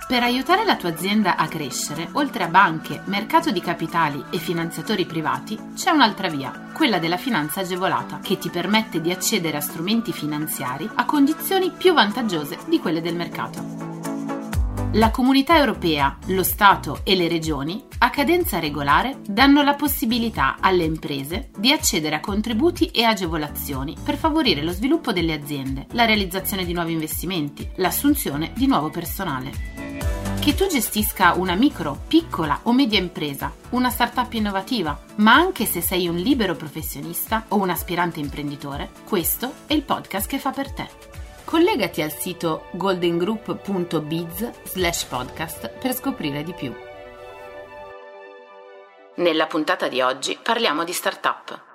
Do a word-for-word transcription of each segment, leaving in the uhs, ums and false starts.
Per aiutare la tua azienda a crescere, oltre a banche, mercato di capitali e finanziatori privati, c'è un'altra via, quella della finanza agevolata, che ti permette di accedere a strumenti finanziari a condizioni più vantaggiose di quelle del mercato. La Comunità Europea, lo Stato e le Regioni, a cadenza regolare, danno la possibilità alle imprese di accedere a contributi e agevolazioni per favorire lo sviluppo delle aziende, la realizzazione di nuovi investimenti, l'assunzione di nuovo personale. Che tu gestisca una micro, piccola o media impresa, una startup innovativa, ma anche se sei un libero professionista o un aspirante imprenditore, questo è il podcast che fa per te. Collegati al sito goldengroup punto biz slash podcast per scoprire di più. Nella puntata di oggi parliamo di startup.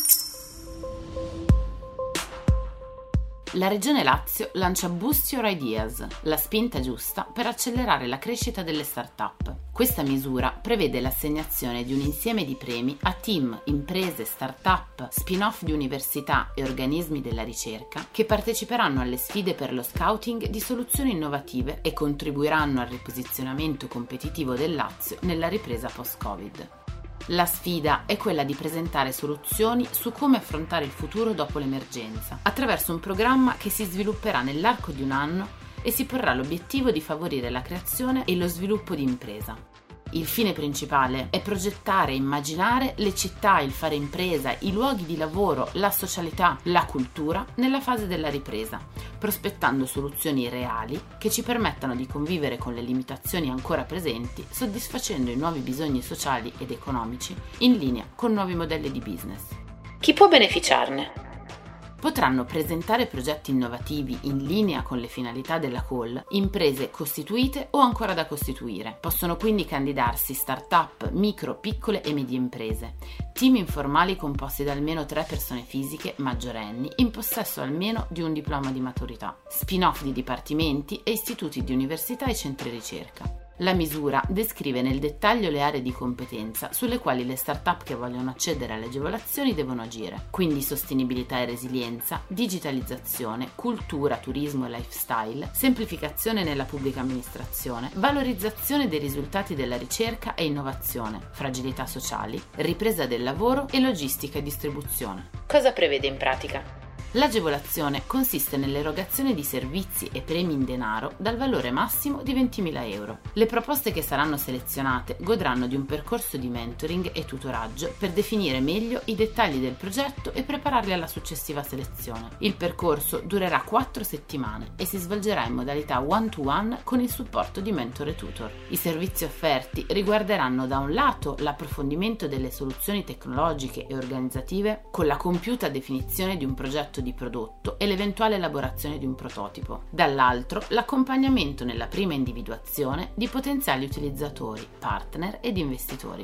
La Regione Lazio lancia Boost Your Ideas, la spinta giusta per accelerare la crescita delle start-up. Questa misura prevede l'assegnazione di un insieme di premi a team, imprese, start-up, spin-off di università e organismi della ricerca che parteciperanno alle sfide per lo scouting di soluzioni innovative e contribuiranno al riposizionamento competitivo del Lazio nella ripresa post-Covid. La sfida è quella di presentare soluzioni su come affrontare il futuro dopo l'emergenza, attraverso un programma che si svilupperà nell'arco di un anno e si porrà l'obiettivo di favorire la creazione e lo sviluppo di impresa. Il fine principale è progettare e immaginare le città, il fare impresa, i luoghi di lavoro, la socialità, la cultura nella fase della ripresa, prospettando soluzioni reali che ci permettano di convivere con le limitazioni ancora presenti, soddisfacendo i nuovi bisogni sociali ed economici in linea con nuovi modelli di business. Chi può beneficiarne? Potranno presentare progetti innovativi in linea con le finalità della call imprese costituite o ancora da costituire. Possono quindi candidarsi start-up, micro, piccole e medie imprese, team informali composti da almeno tre persone fisiche maggiorenni in possesso almeno di un diploma di maturità, spin-off di dipartimenti e istituti di università e centri ricerca. La misura descrive nel dettaglio le aree di competenza sulle quali le start-up che vogliono accedere alle agevolazioni devono agire, quindi sostenibilità e resilienza, digitalizzazione, cultura, turismo e lifestyle, semplificazione nella pubblica amministrazione, valorizzazione dei risultati della ricerca e innovazione, fragilità sociali, ripresa del lavoro e logistica e distribuzione. Cosa prevede in pratica? L'agevolazione consiste nell'erogazione di servizi e premi in denaro dal valore massimo di ventimila euro. Le proposte che saranno selezionate godranno di un percorso di mentoring e tutoraggio per definire meglio i dettagli del progetto e prepararli alla successiva selezione. Il percorso durerà quattro settimane e si svolgerà in modalità one-to-one con il supporto di mentor e tutor. I servizi offerti riguarderanno da un lato l'approfondimento delle soluzioni tecnologiche e organizzative con la compiuta definizione di un progetto di prodotto e l'eventuale elaborazione di un prototipo, dall'altro l'accompagnamento nella prima individuazione di potenziali utilizzatori, partner ed investitori.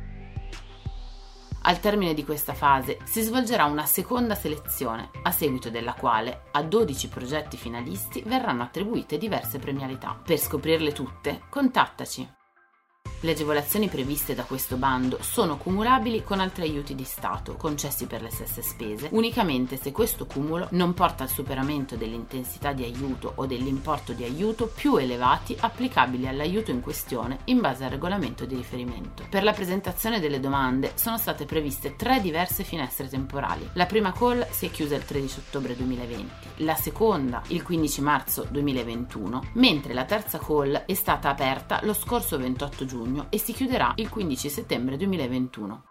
Al termine di questa fase si svolgerà una seconda selezione, a seguito della quale a dodici progetti finalisti verranno attribuite diverse premialità. Per scoprirle tutte, contattaci. Le agevolazioni previste da questo bando sono cumulabili con altri aiuti di Stato concessi per le stesse spese, unicamente se questo cumulo non porta al superamento dell'intensità di aiuto o dell'importo di aiuto più elevati applicabili all'aiuto in questione in base al regolamento di riferimento. Per la presentazione delle domande sono state previste tre diverse finestre temporali. La prima call si è chiusa il tredici ottobre duemilaventi, la seconda il quindici marzo duemilaventuno, mentre la terza call è stata aperta lo scorso ventotto giugno e si chiuderà il quindici settembre duemilaventuno.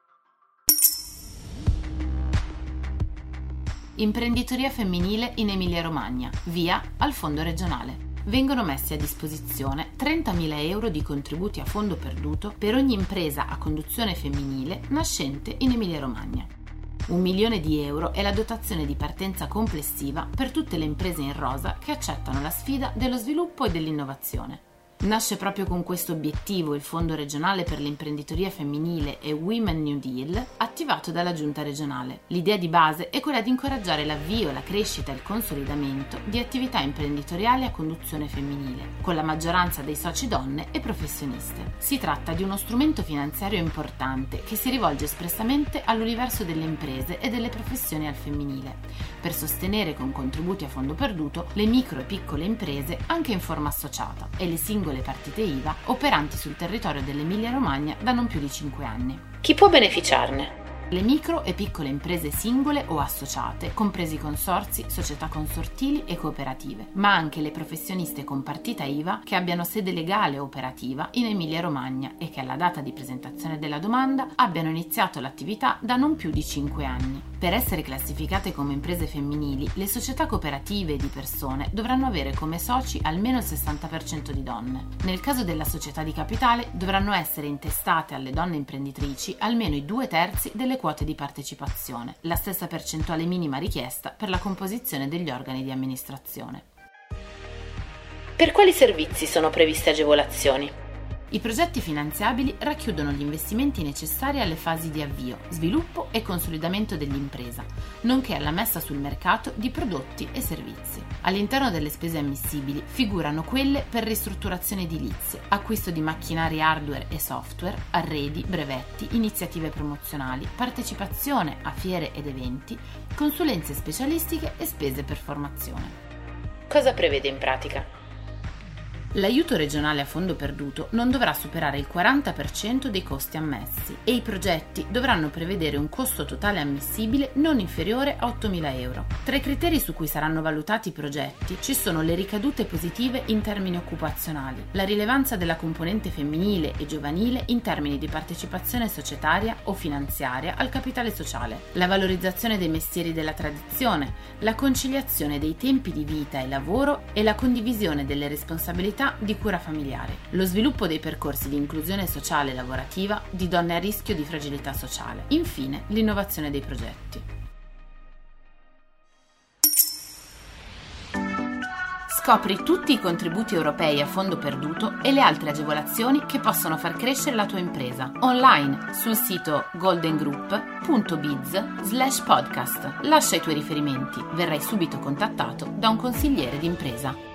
Imprenditoria femminile in Emilia-Romagna, via al fondo regionale. Vengono messi a disposizione trentamila euro di contributi a fondo perduto per ogni impresa a conduzione femminile nascente in Emilia-Romagna. Un milione di euro è la dotazione di partenza complessiva per tutte le imprese in rosa che accettano la sfida dello sviluppo e dell'innovazione. Nasce proprio con questo obiettivo il Fondo regionale per l'imprenditoria femminile e Women New Deal, attivato dalla giunta regionale. L'idea di base è quella di incoraggiare l'avvio, la crescita e il consolidamento di attività imprenditoriali a conduzione femminile, con la maggioranza dei soci donne e professioniste. Si tratta di uno strumento finanziario importante che si rivolge espressamente all'universo delle imprese e delle professioni al femminile, per sostenere con contributi a fondo perduto le micro e piccole imprese anche in forma associata e le singole partite I V A operanti sul territorio dell'Emilia-Romagna da non più di cinque anni. Chi può beneficiarne? Le micro e piccole imprese singole o associate, compresi consorzi, società consortili e cooperative, ma anche le professioniste con partita I V A che abbiano sede legale o operativa in Emilia-Romagna e che alla data di presentazione della domanda abbiano iniziato l'attività da non più di cinque anni. Per essere classificate come imprese femminili, le società cooperative di persone dovranno avere come soci almeno il sessanta per cento di donne. Nel caso della società di capitale dovranno essere intestate alle donne imprenditrici almeno i due terzi delle quote di partecipazione, la stessa percentuale minima richiesta per la composizione degli organi di amministrazione. Per quali servizi sono previste agevolazioni? I progetti finanziabili racchiudono gli investimenti necessari alle fasi di avvio, sviluppo e consolidamento dell'impresa, nonché alla messa sul mercato di prodotti e servizi. All'interno delle spese ammissibili figurano quelle per ristrutturazione edilizia, acquisto di macchinari hardware e software, arredi, brevetti, iniziative promozionali, partecipazione a fiere ed eventi, consulenze specialistiche e spese per formazione. Cosa prevede in pratica? L'aiuto regionale a fondo perduto non dovrà superare il quaranta per cento dei costi ammessi e i progetti dovranno prevedere un costo totale ammissibile non inferiore a ottomila euro. Tra i criteri su cui saranno valutati i progetti ci sono le ricadute positive in termini occupazionali, la rilevanza della componente femminile e giovanile in termini di partecipazione societaria o finanziaria al capitale sociale, la valorizzazione dei mestieri della tradizione, la conciliazione dei tempi di vita e lavoro e la condivisione delle responsabilità di cura familiare, lo sviluppo dei percorsi di inclusione sociale e lavorativa di donne a rischio di fragilità sociale, infine l'innovazione dei progetti. Scopri tutti i contributi europei a fondo perduto e le altre agevolazioni che possono far crescere la tua impresa online sul sito goldengroup punto biz slash podcast. Lascia i tuoi riferimenti, verrai subito contattato da un consigliere d'impresa.